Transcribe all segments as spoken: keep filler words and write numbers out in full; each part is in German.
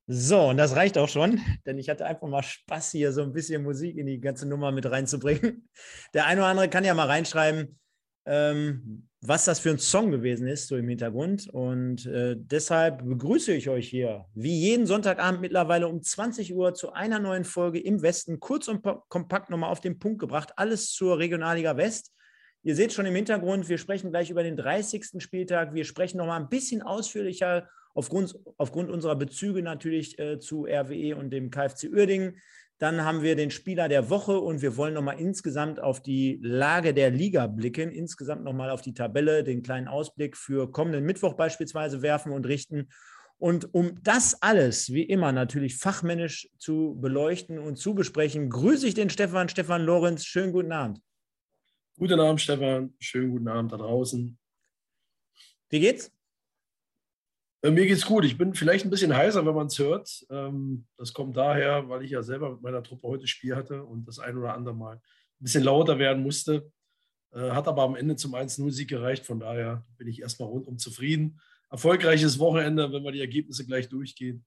So, und das reicht auch schon, denn ich hatte einfach mal Spaß, hier so ein bisschen Musik in die ganze Nummer mit reinzubringen. Der eine oder andere kann ja mal reinschreiben, ähm, was das für ein Song gewesen ist, so im Hintergrund. Und äh, deshalb begrüße ich euch hier, wie jeden Sonntagabend mittlerweile um zwanzig Uhr zu einer neuen Folge im Westen. Kurz und kompakt nochmal auf den Punkt gebracht, alles zur Regionalliga West. Ihr seht schon im Hintergrund, wir sprechen gleich über den dreißigsten Spieltag. Wir sprechen nochmal ein bisschen ausführlicher Aufgrund, aufgrund unserer Bezüge natürlich äh, zu R W E und dem KfC Uerdingen. Dann haben wir den Spieler der Woche und wir wollen nochmal insgesamt auf die Lage der Liga blicken, insgesamt nochmal auf die Tabelle, den kleinen Ausblick für kommenden Mittwoch beispielsweise werfen und richten. Und um das alles, wie immer, natürlich fachmännisch zu beleuchten und zu besprechen, grüße ich den Stefan, Stefan Lorenz. Schönen guten Abend. Guten Abend, Stefan. Schönen guten Abend da draußen. Wie geht's? Mir geht's gut. Ich bin vielleicht ein bisschen heiser, wenn man es hört. Das kommt daher, weil ich ja selber mit meiner Truppe heute Spiel hatte und das ein oder andere Mal ein bisschen lauter werden musste. Hat aber am Ende zum eins null Sieg gereicht. Von daher bin ich erstmal rundum zufrieden. Erfolgreiches Wochenende, wenn wir die Ergebnisse gleich durchgehen,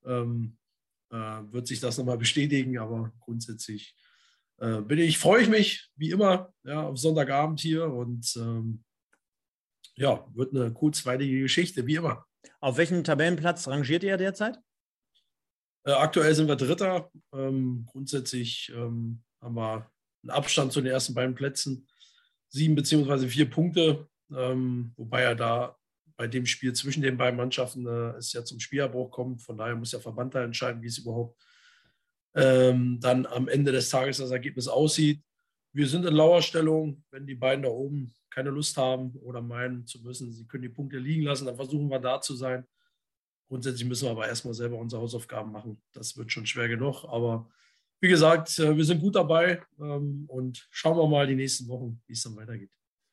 wird sich das nochmal bestätigen. Aber grundsätzlich bin ich, freue ich mich, wie immer, ja, auf Sonntagabend hier und ähm, ja, wird eine kurzweilige Geschichte, wie immer. Auf welchem Tabellenplatz rangiert ihr derzeit? Äh, aktuell sind wir Dritter. Ähm, grundsätzlich ähm, haben wir einen Abstand zu den ersten beiden Plätzen. Sieben beziehungsweise vier Punkte. Ähm, wobei ja da bei dem Spiel zwischen den beiden Mannschaften äh, es ja zum Spielabbruch kommt. Von daher muss der Verband da entscheiden, wie es überhaupt ähm, dann am Ende des Tages das Ergebnis aussieht. Wir sind in Lauerstellung. Wenn die beiden da oben keine Lust haben oder meinen zu müssen, sie können die Punkte liegen lassen, dann versuchen wir da zu sein. Grundsätzlich müssen wir aber erstmal selber unsere Hausaufgaben machen. Das wird schon schwer genug. Aber wie gesagt, wir sind gut dabei und schauen wir mal die nächsten Wochen, wie es dann weitergeht.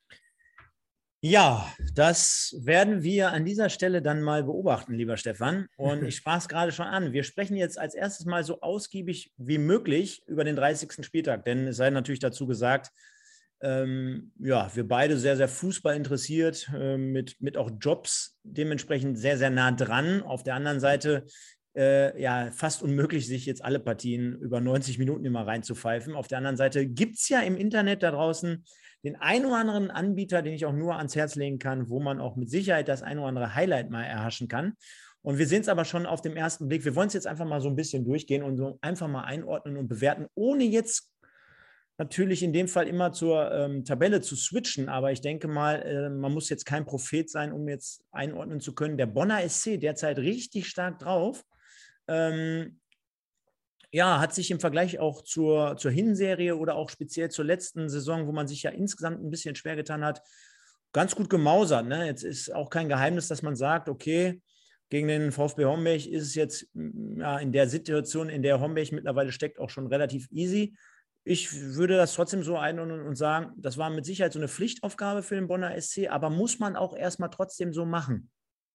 Ja, das werden wir an dieser Stelle dann mal beobachten, lieber Stefan. Und ich sprach es gerade schon an. Wir sprechen jetzt als erstes mal so ausgiebig wie möglich über den dreißigsten Spieltag. Denn es sei natürlich dazu gesagt, ähm, ja, wir beide sehr, sehr Fußball interessiert, äh, mit, mit auch Jobs dementsprechend sehr, sehr nah dran. Auf der anderen Seite äh, ja fast unmöglich, sich jetzt alle Partien über neunzig Minuten immer reinzupfeifen. Auf der anderen Seite gibt es ja im Internet da draußen den ein oder anderen Anbieter, den ich auch nur ans Herz legen kann, wo man auch mit Sicherheit das ein oder andere Highlight mal erhaschen kann. Und wir sehen es aber schon auf den ersten Blick. Wir wollen es jetzt einfach mal so ein bisschen durchgehen und so einfach mal einordnen und bewerten, ohne jetzt natürlich in dem Fall immer zur ähm, Tabelle zu switchen. Aber ich denke mal, äh, man muss jetzt kein Prophet sein, um jetzt einordnen zu können. Der Bonner S C derzeit richtig stark drauf. Ähm, ja, hat sich im Vergleich auch zur, zur Hinserie oder auch speziell zur letzten Saison, wo man sich ja insgesamt ein bisschen schwer getan hat, ganz gut gemausert. Ne? Jetzt ist auch kein Geheimnis, dass man sagt, okay, gegen den VfB Homberg ist es jetzt ja, in der Situation, in der Homberg mittlerweile steckt, auch schon relativ easy. Ich würde das trotzdem so einordnen und sagen, das war mit Sicherheit so eine Pflichtaufgabe für den Bonner S C, aber muss man auch erstmal trotzdem so machen?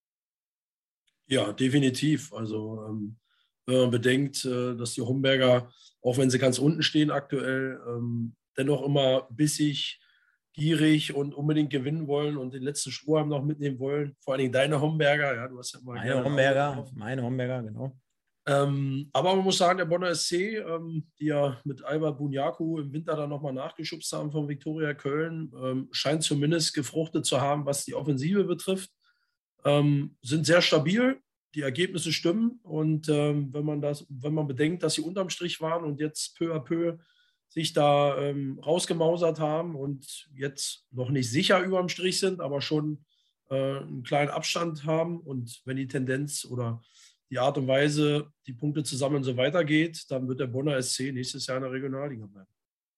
Ja, definitiv. Also ähm wenn man bedenkt, dass die Homberger, auch wenn sie ganz unten stehen aktuell, dennoch immer bissig, gierig und unbedingt gewinnen wollen und den letzten Strohhalm noch mitnehmen wollen. Vor allen Dingen deine Homberger, ja, du hast ja immer meine gerne Homberger, meine Homberger, genau. Ähm, aber man muss sagen, der Bonner S C, ähm, die ja mit Albert Bunyaku im Winter dann nochmal nachgeschubst haben von Viktoria Köln, ähm, scheint zumindest gefruchtet zu haben, was die Offensive betrifft. Ähm, sind sehr stabil, die Ergebnisse stimmen und ähm, wenn man das, wenn man bedenkt, dass sie unterm Strich waren und jetzt peu à peu sich da ähm, rausgemausert haben und jetzt noch nicht sicher überm Strich sind, aber schon äh, einen kleinen Abstand haben und wenn die Tendenz oder die Art und Weise, die Punkte zusammen so weitergeht, dann wird der Bonner S C nächstes Jahr in der Regionalliga bleiben.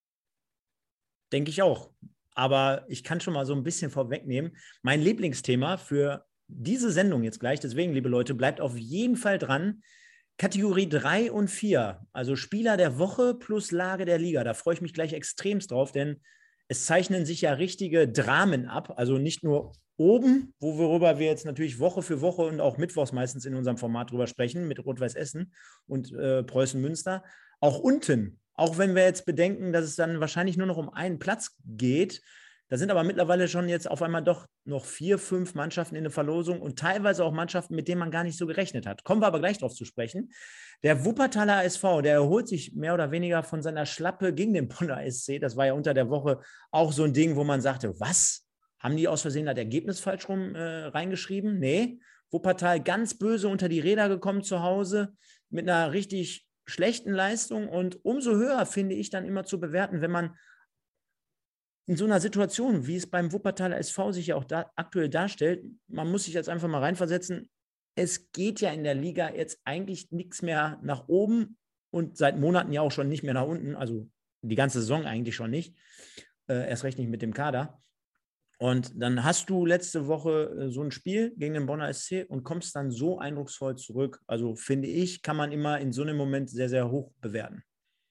Denke ich auch. Aber ich kann schon mal so ein bisschen vorwegnehmen. Mein Lieblingsthema für diese Sendung jetzt gleich, deswegen, liebe Leute, bleibt auf jeden Fall dran. Kategorie drei und vier, also Spieler der Woche plus Lage der Liga. Da freue ich mich gleich extremst drauf, denn es zeichnen sich ja richtige Dramen ab. Also nicht nur oben, worüber wir jetzt natürlich Woche für Woche und auch mittwochs meistens in unserem Format drüber sprechen, mit Rot-Weiß Essen und äh, Preußen Münster. Auch unten, auch wenn wir jetzt bedenken, dass es dann wahrscheinlich nur noch um einen Platz geht, Da sind aber mittlerweile schon jetzt auf einmal doch noch vier, fünf Mannschaften in der Verlosung und teilweise auch Mannschaften, mit denen man gar nicht so gerechnet hat. Kommen wir aber gleich drauf zu sprechen. Der Wuppertaler A S V, der erholt sich mehr oder weniger von seiner Schlappe gegen den Bonner S C. Das war ja unter der Woche auch so ein Ding, wo man sagte, was? Haben die aus Versehen das Ergebnis falsch rum äh, reingeschrieben? Nee. Wuppertal ganz böse unter die Räder gekommen zu Hause mit einer richtig schlechten Leistung. Und umso höher finde ich dann immer zu bewerten, wenn man in so einer Situation, wie es beim Wuppertaler S V sich ja auch da, aktuell darstellt, man muss sich jetzt einfach mal reinversetzen, es geht ja in der Liga jetzt eigentlich nichts mehr nach oben und seit Monaten ja auch schon nicht mehr nach unten, also die ganze Saison eigentlich schon nicht, äh, erst recht nicht mit dem Kader. Und dann hast du letzte Woche äh, so ein Spiel gegen den Bonner S C und kommst dann so eindrucksvoll zurück. Also finde ich, kann man immer in so einem Moment sehr, sehr hoch bewerten.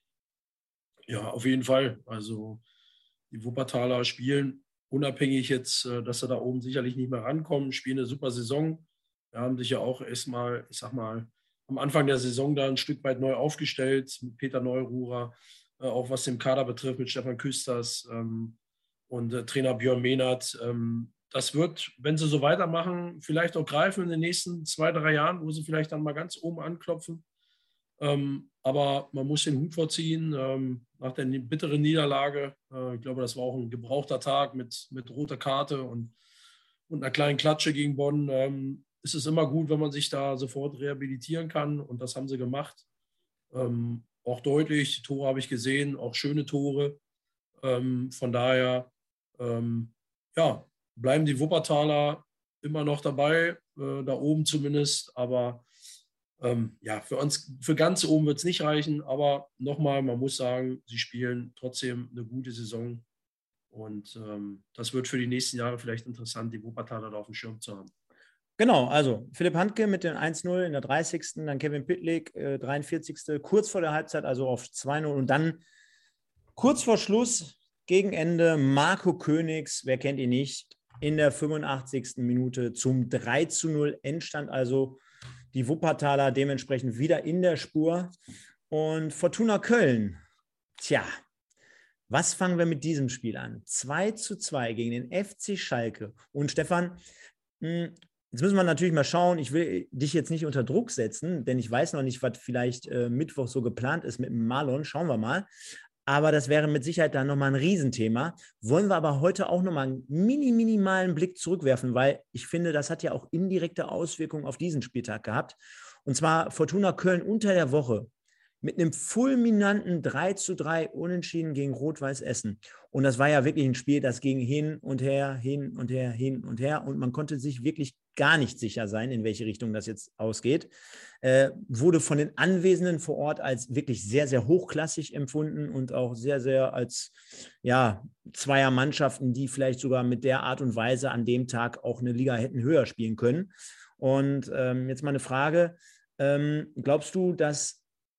Ja, auf jeden Fall. Also die Wuppertaler spielen unabhängig jetzt, dass sie da oben sicherlich nicht mehr rankommen, spielen eine super Saison. Wir haben sich ja auch erstmal, ich sag mal, am Anfang der Saison da ein Stück weit neu aufgestellt mit Peter Neururer, auch was den Kader betrifft, mit Stefan Küsters ähm, und äh, Trainer Björn Mehnert. Ähm, das wird, wenn sie so weitermachen, vielleicht auch greifen in den nächsten zwei, drei Jahren, wo sie vielleicht dann mal ganz oben anklopfen. Ähm, aber man muss den Hut vorziehen. Ähm, nach der bitteren Niederlage, äh, ich glaube, das war auch ein gebrauchter Tag mit, mit roter Karte und, und einer kleinen Klatsche gegen Bonn, ähm, ist es immer gut, wenn man sich da sofort rehabilitieren kann. Und das haben sie gemacht. Ähm, auch deutlich, die Tore habe ich gesehen, auch schöne Tore. Ähm, von daher, ähm, ja, bleiben die Wuppertaler immer noch dabei, äh, da oben zumindest. Aber ähm, ja, für uns, für ganz oben wird es nicht reichen. Aber nochmal, man muss sagen, sie spielen trotzdem eine gute Saison. Und ähm, das wird für die nächsten Jahre vielleicht interessant, die Wuppertaler da auf dem Schirm zu haben. Genau, also Philipp Handke mit dem eins null in der dreißigsten Dann Kevin Pittlik, äh, dreiundvierzigsten kurz vor der Halbzeit, also auf zwei null. Und dann kurz vor Schluss, gegen Ende, Marco Königs, wer kennt ihn nicht, in der fünfundachtzigsten Minute zum drei zu null Endstand. Also die Wuppertaler dementsprechend wieder in der Spur. Und Fortuna Köln, tja, was fangen wir mit diesem Spiel an? zwei zu zwei gegen den F C Schalke. Und Stefan, mh, jetzt müssen wir natürlich mal schauen, ich will dich jetzt nicht unter Druck setzen, denn ich weiß noch nicht, was vielleicht äh, Mittwoch so geplant ist mit dem Marlon. Schauen wir mal. Aber das wäre mit Sicherheit dann nochmal ein Riesenthema. Wollen wir aber heute auch nochmal einen mini, minimalen Blick zurückwerfen, weil ich finde, das hat ja auch indirekte Auswirkungen auf diesen Spieltag gehabt. Und zwar Fortuna Köln unter der Woche mit einem fulminanten drei zu drei Unentschieden gegen Rot-Weiß Essen. Und das war ja wirklich ein Spiel, das ging hin und her, hin und her, hin und her. Und man konnte sich wirklich gar nicht sicher sein, in welche Richtung das jetzt ausgeht. Äh, wurde von den Anwesenden vor Ort als wirklich sehr, sehr hochklassig empfunden und auch sehr, sehr als ja, zweier Mannschaften, die vielleicht sogar mit der Art und Weise an dem Tag auch eine Liga hätten höher spielen können. Und ähm, jetzt mal eine Frage. Ähm, glaubst du, dass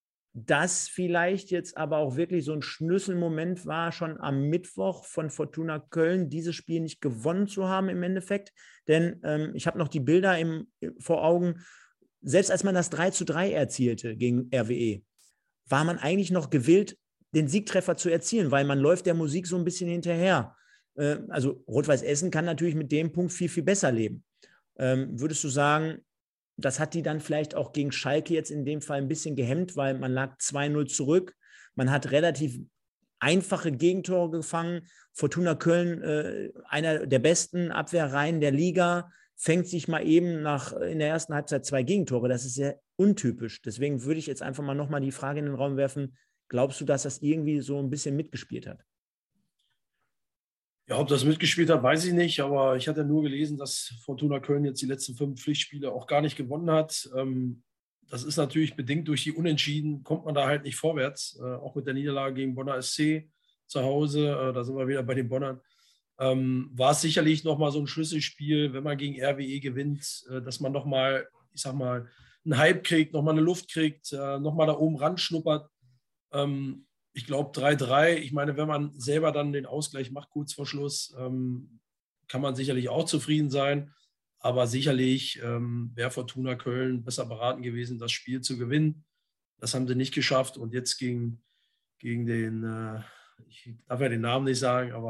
das vielleicht jetzt aber auch wirklich so ein Schlüsselmoment war, schon am Mittwoch von Fortuna Köln, dieses Spiel nicht gewonnen zu haben im Endeffekt? Denn ähm, ich habe noch die Bilder im, vor Augen, selbst als man das drei zu drei erzielte gegen R W E, war man eigentlich noch gewillt, den Siegtreffer zu erzielen, weil man läuft der Musik so ein bisschen hinterher. Äh, also Rot-Weiß Essen kann natürlich mit dem Punkt viel, viel besser leben. Ähm, würdest du sagen, das hat die dann vielleicht auch gegen Schalke jetzt in dem Fall ein bisschen gehemmt, weil man lag zwei null zurück. Man hat relativ einfache Gegentore gefangen. Fortuna Köln, äh, einer der besten Abwehrreihen der Liga, fängt sich mal eben nach in der ersten Halbzeit zwei Gegentore. Das ist sehr untypisch. Deswegen würde ich jetzt einfach mal nochmal die Frage in den Raum werfen, glaubst du, dass das irgendwie so ein bisschen mitgespielt hat? Ja, ob das mitgespielt hat, weiß ich nicht, aber ich hatte nur gelesen, dass Fortuna Köln jetzt die letzten fünf Pflichtspiele auch gar nicht gewonnen hat. Das ist natürlich bedingt durch die Unentschieden, kommt man da halt nicht vorwärts, auch mit der Niederlage gegen Bonner S C zu Hause, da sind wir wieder bei den Bonnern. War es sicherlich nochmal so ein Schlüsselspiel, wenn man gegen R W E gewinnt, dass man nochmal, ich sag mal, einen Hype kriegt, nochmal eine Luft kriegt, nochmal da oben ran schnuppert. Ich glaube drei drei, ich meine, wenn man selber dann den Ausgleich macht, kurz vor Schluss, ähm, kann man sicherlich auch zufrieden sein. Aber sicherlich ähm, wäre Fortuna Köln besser beraten gewesen, das Spiel zu gewinnen. Das haben sie nicht geschafft. Und jetzt gegen, gegen den, äh, ich darf ja den Namen nicht sagen, aber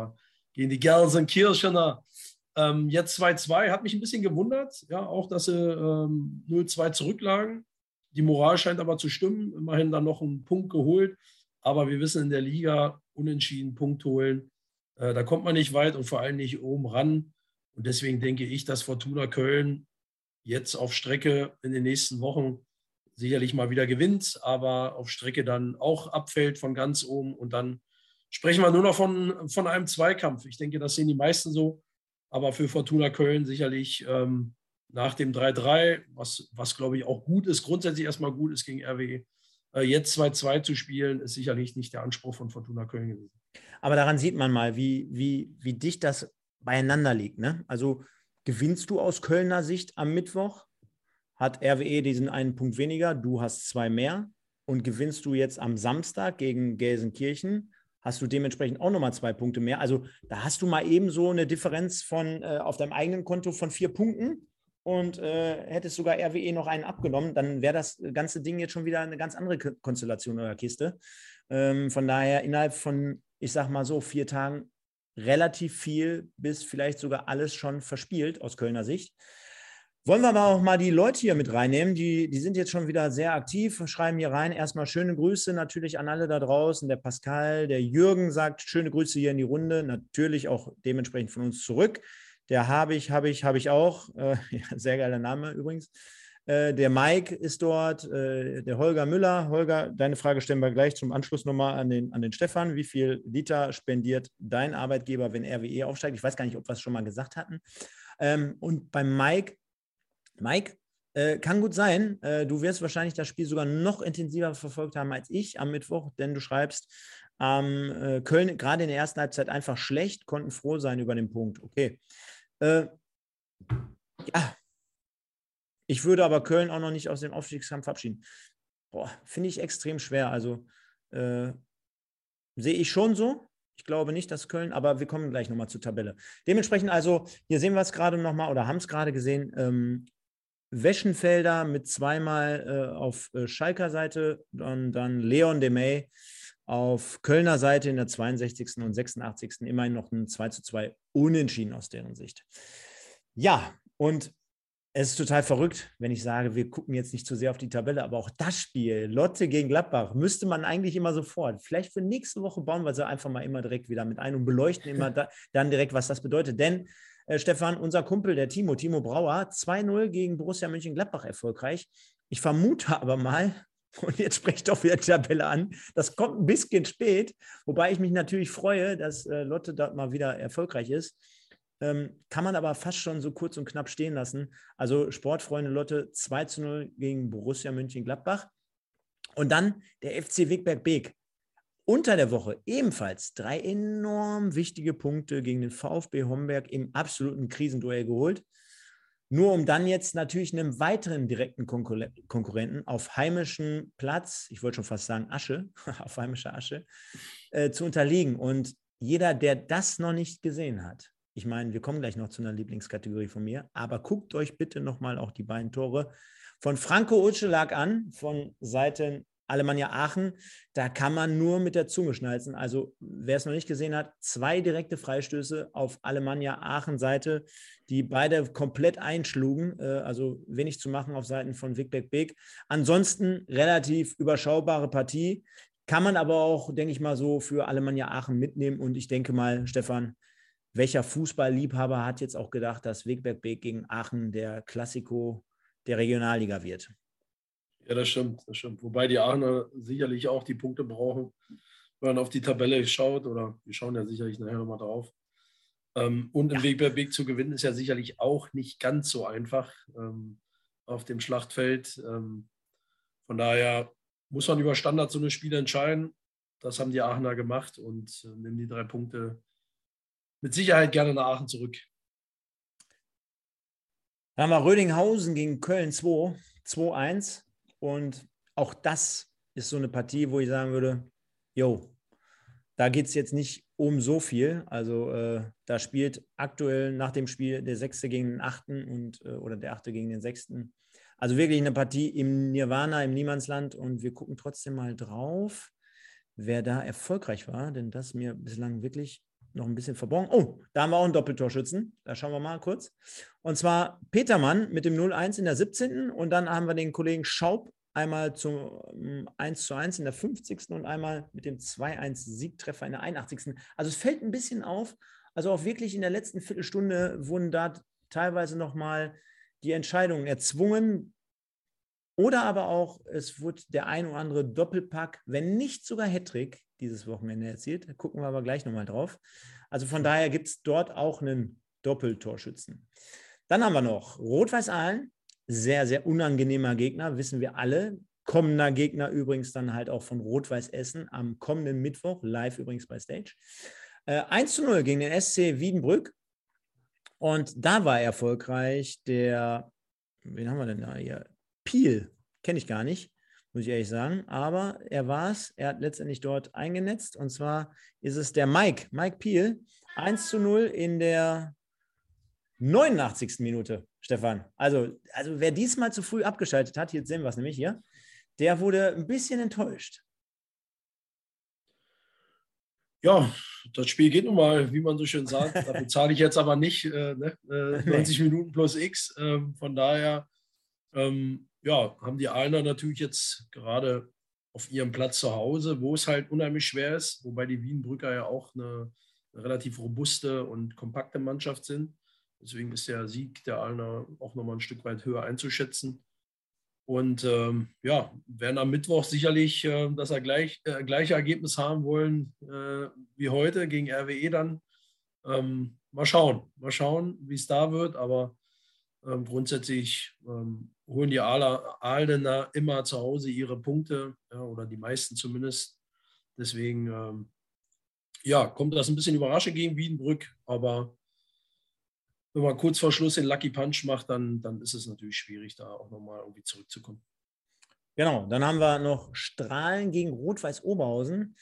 gegen die Gelsenkirchener. Ähm, jetzt zwei zwei, hat mich ein bisschen gewundert, ja, auch, dass sie ähm, null zwei zurücklagen. Die Moral scheint aber zu stimmen, immerhin dann noch einen Punkt geholt, aber wir wissen in der Liga, unentschieden Punkt holen, äh, da kommt man nicht weit und vor allem nicht oben ran und deswegen denke ich, dass Fortuna Köln jetzt auf Strecke in den nächsten Wochen sicherlich mal wieder gewinnt, aber auf Strecke dann auch abfällt von ganz oben und dann sprechen wir nur noch von, von einem Zweikampf. Ich denke, das sehen die meisten so. Aber für Fortuna Köln sicherlich ähm, nach dem drei drei, was, was glaube ich auch gut ist, grundsätzlich erstmal gut ist gegen R W E, äh, jetzt zwei zwei zu spielen, ist sicherlich nicht der Anspruch von Fortuna Köln gewesen. Aber daran sieht man mal, wie, wie, wie dicht das beieinander liegt. Ne? Also gewinnst du aus Kölner Sicht am Mittwoch, hat R W E diesen einen Punkt weniger, du hast zwei mehr. Und gewinnst du jetzt am Samstag gegen Gelsenkirchen, hast du dementsprechend auch nochmal zwei Punkte mehr. Also da hast du mal eben so eine Differenz von äh, auf deinem eigenen Konto von vier Punkten und äh, hättest sogar R W E noch einen abgenommen, dann wäre das ganze Ding jetzt schon wieder eine ganz andere K- Konstellation oder Kiste. Ähm, von daher innerhalb von, ich sag mal so, vier Tagen relativ viel bis vielleicht sogar alles schon verspielt aus Kölner Sicht. Wollen wir aber auch mal die Leute hier mit reinnehmen, die, die sind jetzt schon wieder sehr aktiv, schreiben hier rein. Erstmal schöne Grüße natürlich an alle da draußen. Der Pascal, der Jürgen sagt schöne Grüße hier in die Runde, natürlich auch dementsprechend von uns zurück. Der habe ich, habe ich, habe ich auch, äh, sehr geiler Name übrigens. Äh, der Mike ist dort, äh, der Holger Müller. Holger, deine Frage stellen wir gleich zum Anschluss nochmal an den, an den Stefan. Wie viel Liter spendiert dein Arbeitgeber, wenn R W E aufsteigt? Ich weiß gar nicht, ob wir es schon mal gesagt hatten. Ähm, und beim Mike, Mike, äh, kann gut sein, äh, du wirst wahrscheinlich das Spiel sogar noch intensiver verfolgt haben als ich am Mittwoch, denn du schreibst, ähm, äh, Köln gerade in der ersten Halbzeit einfach schlecht, konnten froh sein über den Punkt. Okay. Äh, ja, ich würde aber Köln auch noch nicht aus dem Aufstiegskampf verabschieden. Boah, finde ich extrem schwer. Also äh, sehe ich schon so. Ich glaube nicht, dass Köln, aber wir kommen gleich nochmal zur Tabelle. Dementsprechend also, hier sehen wir es gerade nochmal oder haben es gerade gesehen, ähm, Weschenfelder mit zweimal äh, auf äh, Schalker Seite und dann Leon Demey auf Kölner Seite in der zweiundsechzigsten und sechsundachtzigsten immerhin noch ein zwei zu zwei Unentschieden aus deren Sicht. Ja, und es ist total verrückt, wenn ich sage, wir gucken jetzt nicht zu sehr auf die Tabelle, aber auch das Spiel, Lotte gegen Gladbach, müsste man eigentlich immer sofort. Vielleicht für nächste Woche bauen wir sie einfach mal immer direkt wieder mit ein und beleuchten immer da, dann direkt, was das bedeutet. Denn Äh, Stefan, unser Kumpel, der Timo, Timo Brauer, zwei null gegen Borussia Mönchengladbach erfolgreich. Ich vermute aber mal, und jetzt spricht doch wieder die Tabelle an, das kommt ein bisschen spät, wobei ich mich natürlich freue, dass äh, Lotte dort mal wieder erfolgreich ist. Ähm, kann man aber fast schon so kurz und knapp stehen lassen. Also Sportfreunde Lotte zwei zu null gegen Borussia Mönchengladbach. Und dann der F C Wickberg-Beek. Unter der Woche ebenfalls drei enorm wichtige Punkte gegen den VfB Homberg im absoluten Krisenduell geholt. Nur um dann jetzt natürlich einem weiteren direkten Konkurrenten auf heimischem Platz, ich wollte schon fast sagen Asche, auf heimischer Asche, äh, zu unterliegen. Und jeder, der das noch nicht gesehen hat, ich meine, wir kommen gleich noch zu einer Lieblingskategorie von mir, aber guckt euch bitte nochmal auch die beiden Tore von Franco Utschelak an, von Seiten Alemannia Aachen, da kann man nur mit der Zunge schnalzen. Also wer es noch nicht gesehen hat, zwei direkte Freistöße auf Alemannia Aachen Seite, die beide komplett einschlugen. Also wenig zu machen auf Seiten von Wickberg-Beek. Ansonsten relativ überschaubare Partie. Kann man aber auch, denke ich mal, so für Alemannia Aachen mitnehmen. Und ich denke mal, Stefan, welcher Fußballliebhaber hat jetzt auch gedacht, dass Wickberg-Beek gegen Aachen der Klassiko der Regionalliga wird? Ja, das stimmt, das stimmt. Wobei die Aachener sicherlich auch die Punkte brauchen, wenn man auf die Tabelle schaut, oder wir schauen ja sicherlich nachher nochmal drauf. Ähm, und im ja. Weg bei Weg zu gewinnen ist ja sicherlich auch nicht ganz so einfach ähm, auf dem Schlachtfeld. Ähm, von daher muss man über Standard so eine Spiele entscheiden. Das haben die Aachener gemacht und äh, nehmen die drei Punkte mit Sicherheit gerne nach Aachen zurück. Dann haben wir Rödinghausen gegen Köln zwei, zwei eins. Und auch das ist so eine Partie, wo ich sagen würde, jo, da geht es jetzt nicht um so viel. Also äh, da spielt aktuell nach dem Spiel der Sechste gegen den Achten und, äh, oder der Achte gegen den Sechsten. Also wirklich eine Partie im Nirvana, im Niemandsland. Und wir gucken trotzdem mal drauf, wer da erfolgreich war. Denn das ist mir bislang wirklich noch ein bisschen verborgen. Oh, da haben wir auch einen Doppeltorschützen. Da schauen wir mal kurz. Und zwar Petermann mit dem null eins in der siebzehnten. Und dann haben wir den Kollegen Schaub einmal zum eins zu eins in der fünfzigsten und einmal mit dem zwei eins Siegtreffer in der einundachtzigsten. Also es fällt ein bisschen auf. Also auch wirklich in der letzten Viertelstunde wurden da teilweise nochmal die Entscheidungen erzwungen. Oder aber auch, es wurde der ein oder andere Doppelpack, wenn nicht sogar Hattrick, dieses Wochenende erzielt. Da gucken wir aber gleich nochmal drauf. Also von daher gibt es dort auch einen Doppeltorschützen. Dann haben wir noch Rot-Weiß Aalen. Sehr, sehr unangenehmer Gegner, wissen wir alle. Kommender Gegner übrigens dann halt auch von Rot-Weiß Essen am kommenden Mittwoch, live übrigens bei Stage. Äh, eins zu null gegen den S C Wiedenbrück. Und da war erfolgreich der, wen haben wir denn da hier? Piel, kenne ich gar nicht, muss ich ehrlich sagen. Aber er war es, er hat letztendlich dort eingenetzt. Und zwar ist es der Mike, Mike Piel, eins zu null in der neunundachtzigsten Minute, Stefan. Also, also wer diesmal zu früh abgeschaltet hat, jetzt sehen wir es nämlich hier, der wurde ein bisschen enttäuscht. Ja, das Spiel geht nun mal, wie man so schön sagt. Dafür zahle ich jetzt aber nicht äh, ne? äh, neunzig nee. Minuten plus X. Ähm, von daher ähm, ja, haben die Aalner natürlich jetzt gerade auf ihrem Platz zu Hause, wo es halt unheimlich schwer ist, wobei die Wiedenbrücker ja auch eine, eine relativ robuste und kompakte Mannschaft sind. Deswegen ist der Sieg der Aalner auch nochmal ein Stück weit höher einzuschätzen. Und ähm, ja, werden am Mittwoch sicherlich äh, das gleich, äh, gleiche Ergebnis haben wollen äh, wie heute gegen R W E dann. Ähm, mal schauen, mal schauen, wie es da wird. Aber ähm, grundsätzlich ähm, holen die Aalener immer zu Hause ihre Punkte, ja, oder die meisten zumindest. Deswegen ähm, ja, kommt das ein bisschen überraschend gegen Wiedenbrück. Aber wenn man kurz vor Schluss den Lucky Punch macht, dann, dann ist es natürlich schwierig, da auch nochmal irgendwie zurückzukommen. Genau, dann haben wir noch Strahlen gegen Rot-Weiß Oberhausen.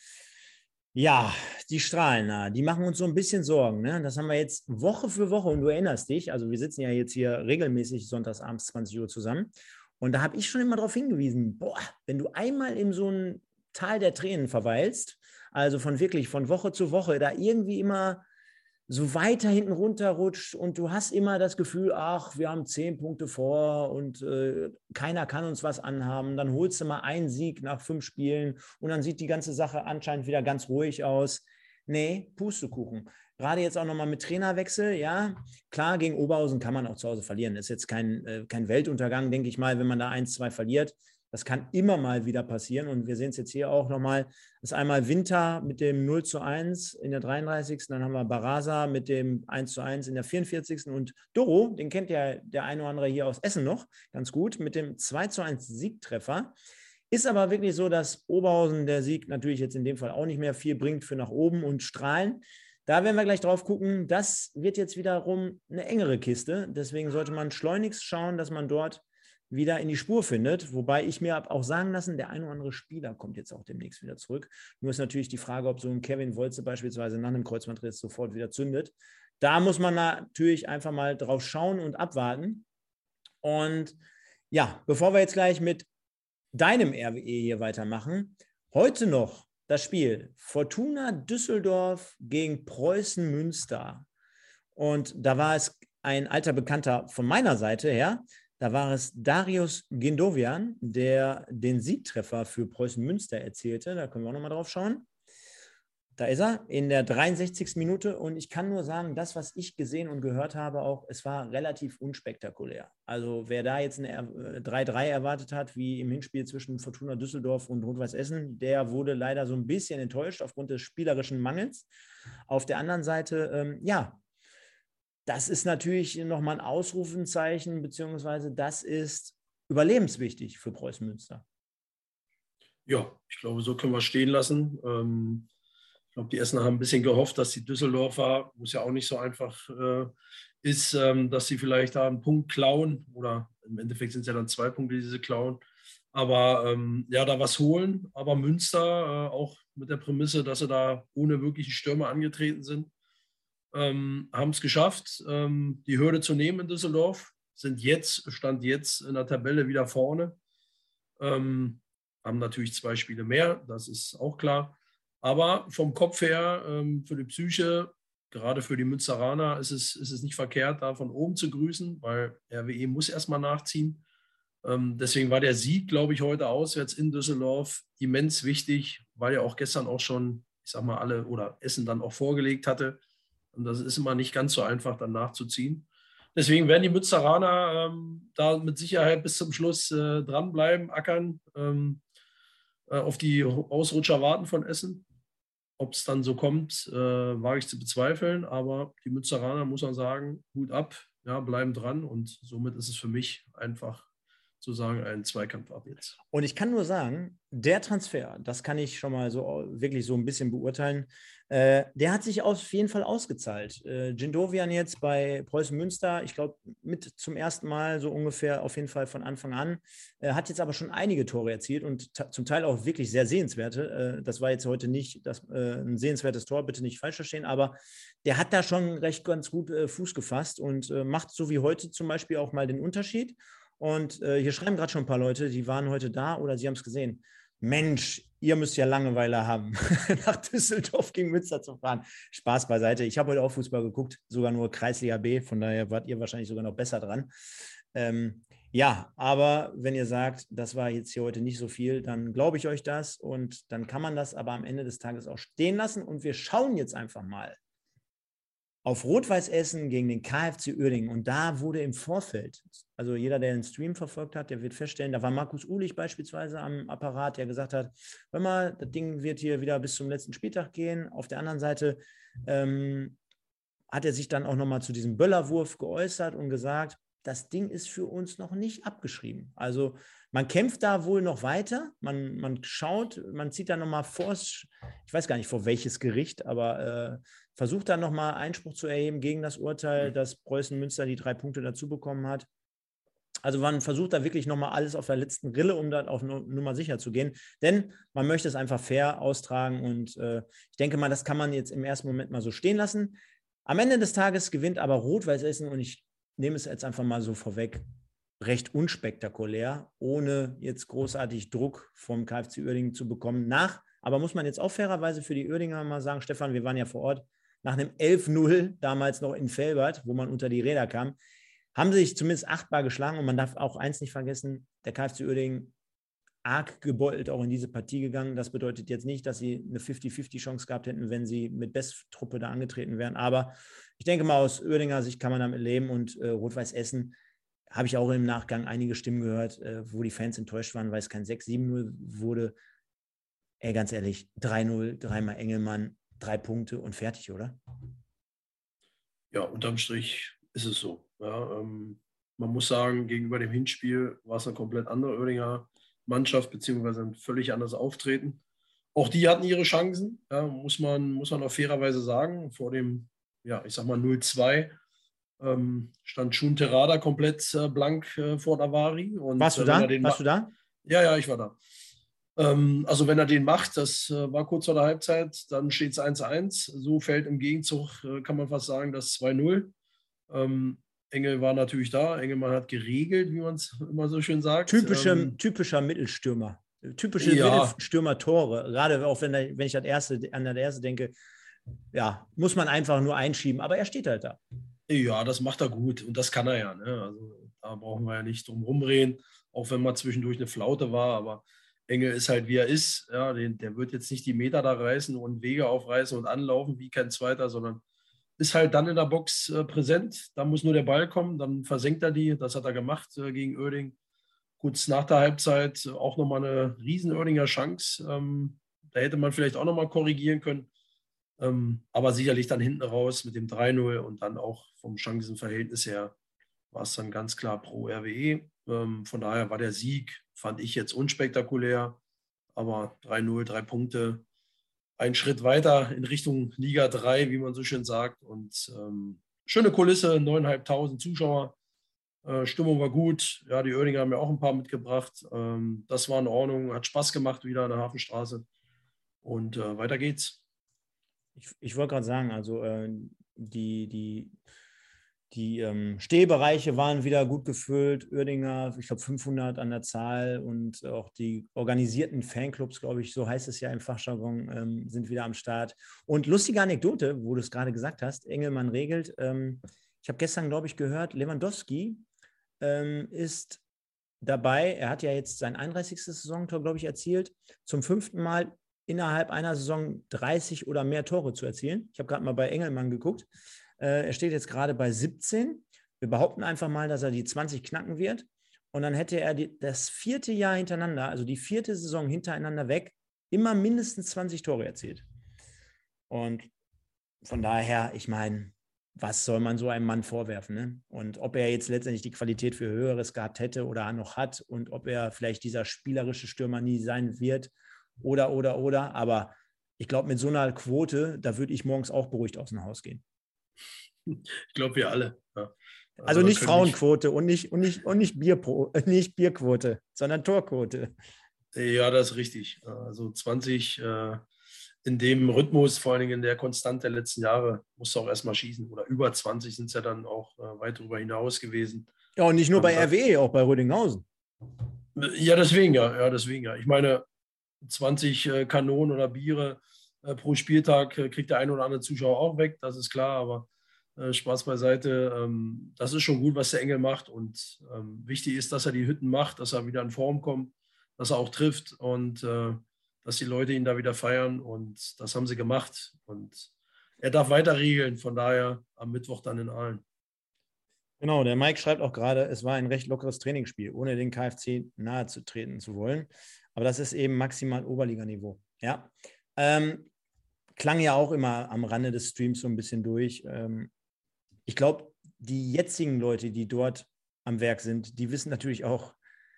Ja, die Strahlen, die machen uns so ein bisschen Sorgen. Ne? Das haben wir jetzt Woche für Woche und du erinnerst dich, also wir sitzen ja jetzt hier regelmäßig sonntagsabends zwanzig Uhr zusammen und da habe ich schon immer darauf hingewiesen, boah, wenn du einmal in so ein Tal der Tränen verweilst, also von wirklich von Woche zu Woche, da irgendwie immer so weiter hinten runterrutscht und du hast immer das Gefühl, ach, wir haben zehn Punkte vor und äh, keiner kann uns was anhaben. Dann holst du mal einen Sieg nach fünf Spielen und dann sieht die ganze Sache anscheinend wieder ganz ruhig aus. Nee, Pustekuchen. Gerade jetzt auch nochmal mit Trainerwechsel, ja, klar, gegen Oberhausen kann man auch zu Hause verlieren. Das ist jetzt kein, äh, kein Weltuntergang, denke ich mal, wenn man da eins, zwei verliert. Das kann immer mal wieder passieren und wir sehen es jetzt hier auch nochmal. Das ist einmal Winter mit dem null zu eins in der dreiunddreißigsten Dann haben wir Barasa mit dem eins zu eins in der vierundvierzigsten und Doro, den kennt ja der eine oder andere hier aus Essen noch ganz gut, mit dem zwei zu eins Siegtreffer. Ist aber wirklich so, dass Oberhausen der Sieg natürlich jetzt in dem Fall auch nicht mehr viel bringt für nach oben und Strahlen. Da werden wir gleich drauf gucken. Das wird jetzt wiederum eine engere Kiste. Deswegen sollte man schleunigst schauen, dass man dort wieder in die Spur findet, wobei ich mir habe auch sagen lassen, der ein oder andere Spieler kommt jetzt auch demnächst wieder zurück. Nur ist natürlich die Frage, ob so ein Kevin Wolze beispielsweise nach einem Kreuzbandriss sofort wieder zündet. Da muss man natürlich einfach mal drauf schauen und abwarten. Und ja, bevor wir jetzt gleich mit deinem R W E hier weitermachen, heute noch das Spiel Fortuna Düsseldorf gegen Preußen Münster. Und da war es ein alter Bekannter von meiner Seite her. Da war es Darius Gindovian, der den Siegtreffer für Preußen Münster erzielte. Da können wir auch nochmal drauf schauen. Da ist er in der dreiundsechzigsten Minute und ich kann nur sagen, das, was ich gesehen und gehört habe, auch, es war relativ unspektakulär. Also wer da jetzt eine drei drei erwartet hat, wie im Hinspiel zwischen Fortuna Düsseldorf und Rot-Weiß Essen, der wurde leider so ein bisschen enttäuscht aufgrund des spielerischen Mangels. Auf der anderen Seite, ähm, ja, das ist natürlich nochmal ein Ausrufenzeichen, beziehungsweise das ist überlebenswichtig für Preußen Münster. Ja, ich glaube, so können wir es stehen lassen. Ähm, ich glaube, die Essener haben ein bisschen gehofft, dass die Düsseldorfer, wo es ja auch nicht so einfach äh, ist, ähm, dass sie vielleicht da einen Punkt klauen. Oder im Endeffekt sind es ja dann zwei Punkte, die sie klauen. Aber ähm, ja, da was holen. Aber Münster äh, auch mit der Prämisse, dass sie da ohne wirklichen Stürmer angetreten sind. Ähm, haben es geschafft, ähm, die Hürde zu nehmen in Düsseldorf, sind jetzt, Stand jetzt in der Tabelle wieder vorne, ähm, haben natürlich zwei Spiele mehr, das ist auch klar, aber vom Kopf her, ähm, für die Psyche gerade für die Münsteraner ist es, ist es nicht verkehrt, da von oben zu grüßen, weil R W E muss erstmal nachziehen. Ähm, deswegen war der Sieg, glaube ich, heute auswärts in Düsseldorf immens wichtig, weil ja auch gestern auch schon, ich sag mal, alle oder Essen dann auch vorgelegt hatte. Und das ist immer nicht ganz so einfach, dann nachzuziehen. Deswegen werden die Münsteraner ähm, da mit Sicherheit bis zum Schluss äh, dranbleiben, ackern, ähm, äh, auf die Ausrutscher warten von Essen. Ob es dann so kommt, äh, wage ich zu bezweifeln. Aber die Münsteraner, muss man sagen, Hut ab, ja, bleiben dran. Und somit ist es für mich einfach zu sagen, ein Zweikampf ab jetzt. Und ich kann nur sagen, der Transfer, das kann ich schon mal so wirklich so ein bisschen beurteilen, äh, der hat sich auf jeden Fall ausgezahlt. Äh, Gindovian jetzt bei Preußen Münster, ich glaube, mit zum ersten Mal so ungefähr auf jeden Fall von Anfang an, äh, hat jetzt aber schon einige Tore erzielt und zum Teil auch wirklich sehr sehenswerte. Äh, das war jetzt heute nicht das, äh, ein sehenswertes Tor, bitte nicht falsch verstehen, aber der hat da schon recht ganz gut äh, Fuß gefasst und äh, macht so wie heute zum Beispiel auch mal den Unterschied. Und äh, hier schreiben gerade schon ein paar Leute, die waren heute da oder sie haben es gesehen. Mensch, ihr müsst ja Langeweile haben, nach Düsseldorf gegen Münster zu fahren. Spaß beiseite. Ich habe heute auch Fußball geguckt, sogar nur Kreisliga B, von daher wart ihr wahrscheinlich sogar noch besser dran. Ähm, ja, aber wenn ihr sagt, das war jetzt hier heute nicht so viel, dann glaube ich euch das und dann kann man das aber am Ende des Tages auch stehen lassen und wir schauen jetzt einfach mal auf Rot-Weiß Essen gegen den K F C Uerdingen. Und da wurde im Vorfeld, also jeder, der den Stream verfolgt hat, der wird feststellen, da war Markus Uhlich beispielsweise am Apparat, der gesagt hat, hör mal, das Ding wird hier wieder bis zum letzten Spieltag gehen. Auf der anderen Seite ähm, hat er sich dann auch nochmal zu diesem Böllerwurf geäußert und gesagt, das Ding ist für uns noch nicht abgeschrieben. Also man kämpft da wohl noch weiter, man, man schaut, man zieht da nochmal vor, ich weiß gar nicht vor welches Gericht, aber äh, versucht dann nochmal Einspruch zu erheben gegen das Urteil, dass Preußen Münster die drei Punkte dazu bekommen hat. Also man versucht da wirklich nochmal alles auf der letzten Rille, um dann auf Nummer sicher zu gehen. Denn man möchte es einfach fair austragen und äh, ich denke mal, das kann man jetzt im ersten Moment mal so stehen lassen. Am Ende des Tages gewinnt aber Rot-Weiß Essen und ich nehme es jetzt einfach mal so vorweg, recht unspektakulär, ohne jetzt großartig Druck vom K F C Uerdingen zu bekommen. Nach, aber muss man jetzt auch fairerweise für die Uerdinger mal sagen, Stefan, wir waren ja vor Ort, nach einem elf null, damals noch in Velbert, wo man unter die Räder kam, haben sie sich zumindest achtbar geschlagen und man darf auch eins nicht vergessen, der K F C Uerdingen arg gebeutelt auch in diese Partie gegangen. Das bedeutet jetzt nicht, dass sie eine fünfzig fünfzig Chance gehabt hätten, wenn sie mit Besttruppe da angetreten wären. Aber ich denke mal, aus Uerdinger Sicht kann man damit leben und äh, Rot-Weiß Essen habe ich auch im Nachgang einige Stimmen gehört, äh, wo die Fans enttäuscht waren, weil es kein sechs sieben null wurde. Ey, ganz ehrlich, drei null, dreimal Engelmann, drei Punkte und fertig, oder? Ja, unterm Strich ist es so. Ja, ähm, man muss sagen, gegenüber dem Hinspiel war es eine komplett andere Uerdinger Mannschaft, beziehungsweise ein völlig anderes Auftreten. Auch die hatten ihre Chancen, ja, muss man, muss man auch fairerweise sagen. Vor dem, ja, ich sag mal null zwei ähm, stand Shun Terada komplett äh, blank äh, vor Davari. Und Warst du äh, wenn er da? den Warst du da? Ja, ja, ich war da. Ähm, also wenn er den macht, das äh, war kurz vor der Halbzeit, dann steht es eins eins. So fällt im Gegenzug, äh, kann man fast sagen, das zwei null. Ähm, Engel war natürlich da. Engelmann hat geregelt, wie man es immer so schön sagt. Typische, Ähm, typischer Mittelstürmer. Typische ja, Mittelstürmer-Tore. Gerade auch wenn, wenn ich das erste, an das erste denke, ja, muss man einfach nur einschieben. Aber er steht halt da. ja, das macht er gut und das kann er ja. Ne? Also da brauchen wir ja nicht drum rumreden, auch wenn mal zwischendurch eine Flaute war. Aber Engel ist halt, wie er ist. Ja, den, der wird jetzt nicht die Meter da reißen und Wege aufreißen und anlaufen wie kein Zweiter, sondern ist halt dann in der Box äh, präsent. Da muss nur der Ball kommen, dann versenkt er die. Das hat er gemacht äh, gegen Uerdingen. Kurz nach der Halbzeit äh, auch nochmal eine riesen Uerdinger Chance. Ähm, da hätte man vielleicht auch nochmal korrigieren können. Ähm, aber sicherlich dann hinten raus mit dem drei null und dann auch vom Chancenverhältnis her war es dann ganz klar pro R W E. Ähm, von daher war der Sieg, fand ich jetzt unspektakulär. Aber drei null, drei Punkte, ein Schritt weiter in Richtung Liga drei, wie man so schön sagt. Und ähm, schöne Kulisse, neuntausendfünfhundert Zuschauer. Äh, Stimmung war gut. Ja, die Uerdinger haben ja auch ein paar mitgebracht. Ähm, das war in Ordnung, hat Spaß gemacht wieder an der Hafenstraße. Und äh, weiter geht's. Ich, ich wollte gerade sagen, also äh, die, die Die ähm, Stehbereiche waren wieder gut gefüllt. Uerdinger, ich glaube fünfhundert an der Zahl, und auch die organisierten Fanclubs, glaube ich, so heißt es ja im Fachjargon, ähm, sind wieder am Start. Und lustige Anekdote, wo du es gerade gesagt hast, Engelmann regelt. Ähm, ich habe gestern, glaube ich, gehört, Lewandowski ähm, ist dabei. Er hat ja jetzt sein einunddreißigstes Saisontor, glaube ich, erzielt. Zum fünften Mal innerhalb einer Saison dreißig oder mehr Tore zu erzielen. Ich habe gerade mal bei Engelmann geguckt. Äh, er steht jetzt gerade bei siebzehn. Wir behaupten einfach mal, dass er die zwanzig knacken wird. Und dann hätte er die, das vierte Jahr hintereinander, also die vierte Saison hintereinander weg, immer mindestens zwanzig Tore erzielt. Und von daher, ich meine, was soll man so einem Mann vorwerfen? Ne? Und ob er jetzt letztendlich die Qualität für Höheres gehabt hätte oder noch hat und ob er vielleicht dieser spielerische Stürmer nie sein wird oder, oder, oder. Aber ich glaube, mit so einer Quote, da würde ich morgens auch beruhigt aus dem Haus gehen. Ich glaube, wir alle. Ja. Also, also nicht Frauenquote und nicht, und, nicht, und nicht, Bierpro, nicht Bierquote, sondern Torquote. Ja, das ist richtig. Also zwanzig äh, in dem Rhythmus, vor allen Dingen in der Konstante der letzten Jahre, musst du auch erstmal schießen. Oder über zwanzig sind es ja dann auch äh, weit darüber hinaus gewesen. Ja, und nicht nur bei R W E, auch bei Rödinghausen. Ja, deswegen ja. ja deswegen, ja. Ich meine, zwanzig äh, Kanonen oder Biere äh, pro Spieltag äh, kriegt der ein oder andere Zuschauer auch weg, das ist klar, aber äh, Spaß beiseite. Ähm, das ist schon gut, was der Engel macht, und ähm, wichtig ist, dass er die Hütten macht, dass er wieder in Form kommt, dass er auch trifft und äh, dass die Leute ihn da wieder feiern, und das haben sie gemacht, und er darf weiter regeln, von daher am Mittwoch dann in Aalen. Genau, der Mike schreibt auch gerade, es war ein recht lockeres Trainingsspiel, ohne den K F C nahe zu treten zu wollen. Aber das ist eben maximal Oberliganiveau. Ja, ähm, klang ja auch immer am Rande des Streams so ein bisschen durch. Ähm, ich glaube, die jetzigen Leute, die dort am Werk sind, die wissen natürlich auch,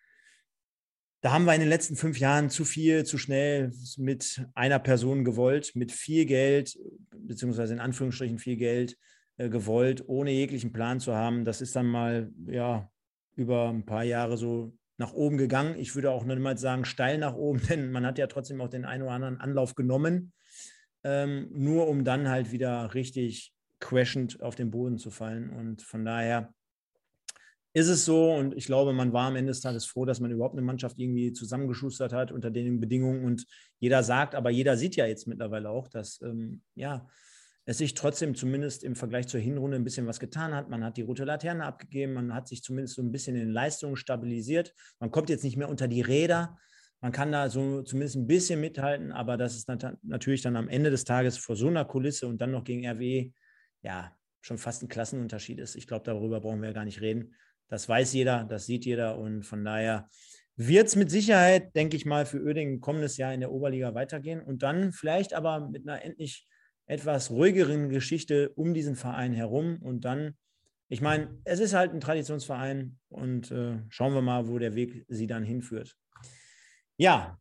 da haben wir in den letzten fünf Jahren zu viel, zu schnell mit einer Person gewollt, mit viel Geld, beziehungsweise in Anführungsstrichen viel Geld äh, gewollt, ohne jeglichen Plan zu haben. Das ist dann mal ja über ein paar Jahre so nach oben gegangen. Ich würde auch nicht mal sagen steil nach oben, denn man hat ja trotzdem auch den einen oder anderen Anlauf genommen, ähm, nur um dann halt wieder richtig crashend auf den Boden zu fallen. Und von daher ist es so, und ich glaube, man war am Ende des Tages froh, dass man überhaupt eine Mannschaft irgendwie zusammengeschustert hat unter den Bedingungen, und jeder sagt, aber jeder sieht ja jetzt mittlerweile auch, dass ähm, ja, es sich trotzdem zumindest im Vergleich zur Hinrunde ein bisschen was getan hat. Man hat die rote Laterne abgegeben, man hat sich zumindest so ein bisschen in den Leistungen stabilisiert. Man kommt jetzt nicht mehr unter die Räder, man kann da so zumindest ein bisschen mithalten, aber dass es dann natürlich dann am Ende des Tages vor so einer Kulisse und dann noch gegen R W E, ja, schon fast ein Klassenunterschied ist. Ich glaube, darüber brauchen wir ja gar nicht reden. Das weiß jeder, das sieht jeder, und von daher wird es mit Sicherheit, denke ich mal, für Uerdingen kommendes Jahr in der Oberliga weitergehen und dann vielleicht aber mit einer endlich etwas ruhigeren Geschichte um diesen Verein herum, und dann, ich meine, es ist halt ein Traditionsverein, und äh, schauen wir mal, wo der Weg sie dann hinführt. Ja,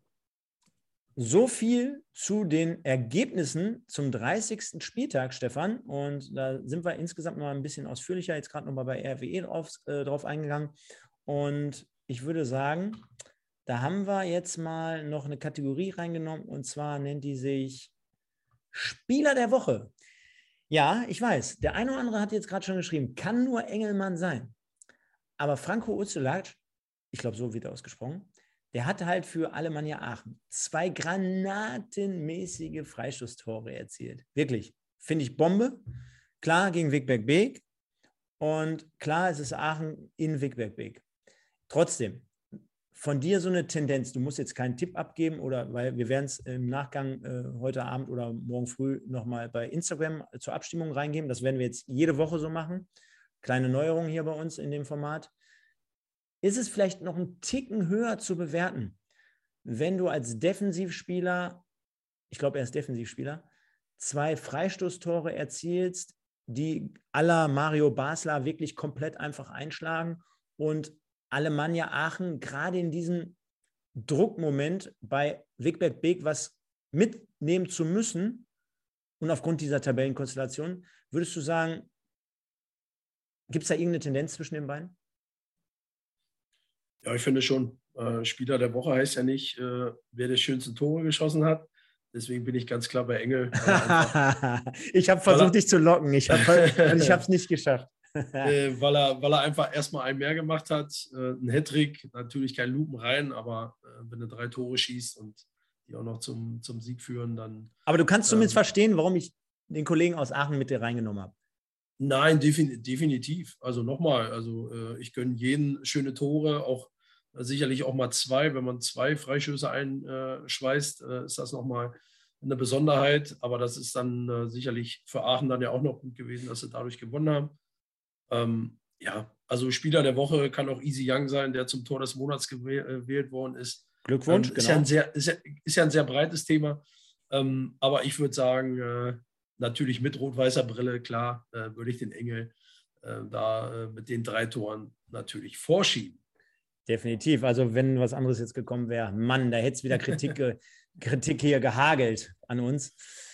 so viel zu den Ergebnissen zum dreißigsten Spieltag, Stefan. Und da sind wir insgesamt noch ein bisschen ausführlicher jetzt gerade noch mal bei R W E drauf, äh, drauf eingegangen. Und ich würde sagen, da haben wir jetzt mal noch eine Kategorie reingenommen, und zwar nennt die sich Spieler der Woche. Ja, ich weiß, der eine oder andere hat jetzt gerade schon geschrieben, kann nur Engelmann sein. Aber Franco Urzelac, ich glaube, so wird er ausgesprochen, der hatte halt für Alemannia Aachen zwei granatenmäßige Freistoßtore erzielt. Wirklich, finde ich Bombe. Klar, gegen Wigberg Beek, und klar, es ist Aachen in Wigberg Beek. Trotzdem, von dir so eine Tendenz, du musst jetzt keinen Tipp abgeben, oder weil wir werden es im Nachgang äh, heute Abend oder morgen früh nochmal bei Instagram zur Abstimmung reingeben. Das werden wir jetzt jede Woche so machen. Kleine Neuerung hier bei uns in dem Format. Ist es vielleicht noch einen Ticken höher zu bewerten, wenn du als Defensivspieler, ich glaube, er ist Defensivspieler, zwei Freistoßtore erzielst, die à la Mario Basler wirklich komplett einfach einschlagen, und Alemannia Aachen gerade in diesem Druckmoment bei Wigberg Beek was mitnehmen zu müssen, und aufgrund dieser Tabellenkonstellation, würdest du sagen, gibt es da irgendeine Tendenz zwischen den beiden? Ja, ich finde schon. Äh, Spieler der Woche heißt ja nicht, äh, wer die schönsten Tore geschossen hat. Deswegen bin ich ganz klar bei Engel. Ich habe versucht, dich zu locken. Ich habe es nicht geschafft. äh, weil, er, weil er einfach erstmal einen mehr gemacht hat. Äh, ein Hattrick, natürlich kein Lupen rein, aber äh, wenn du drei Tore schießt und die auch noch zum, zum Sieg führen, dann. Aber du kannst zumindest Ähm, verstehen, warum ich den Kollegen aus Aachen mit dir reingenommen habe. Nein, defin definitiv. Also nochmal, also äh, ich gönne jeden schöne Tore, auch äh, sicherlich auch mal zwei. Wenn man zwei Freischüsse einschweißt, äh, ist das nochmal eine Besonderheit. Aber das ist dann äh, sicherlich für Aachen dann ja auch noch gut gewesen, dass sie dadurch gewonnen haben. Ähm, ja, also Spieler der Woche kann auch Easy Young sein, der zum Tor des Monats gewählt worden ist. Glückwunsch, Ähm, ist, genau. ja ein sehr, ist, ja, ist ja ein sehr breites Thema. Ähm, aber ich würde sagen, äh, natürlich mit rot-weißer Brille, klar, äh, würde ich den Engel äh, da äh, mit den drei Toren natürlich vorschieben. Definitiv. Also wenn was anderes jetzt gekommen wäre, Mann, da hätte es wieder Kritik, Kritik hier gehagelt an uns.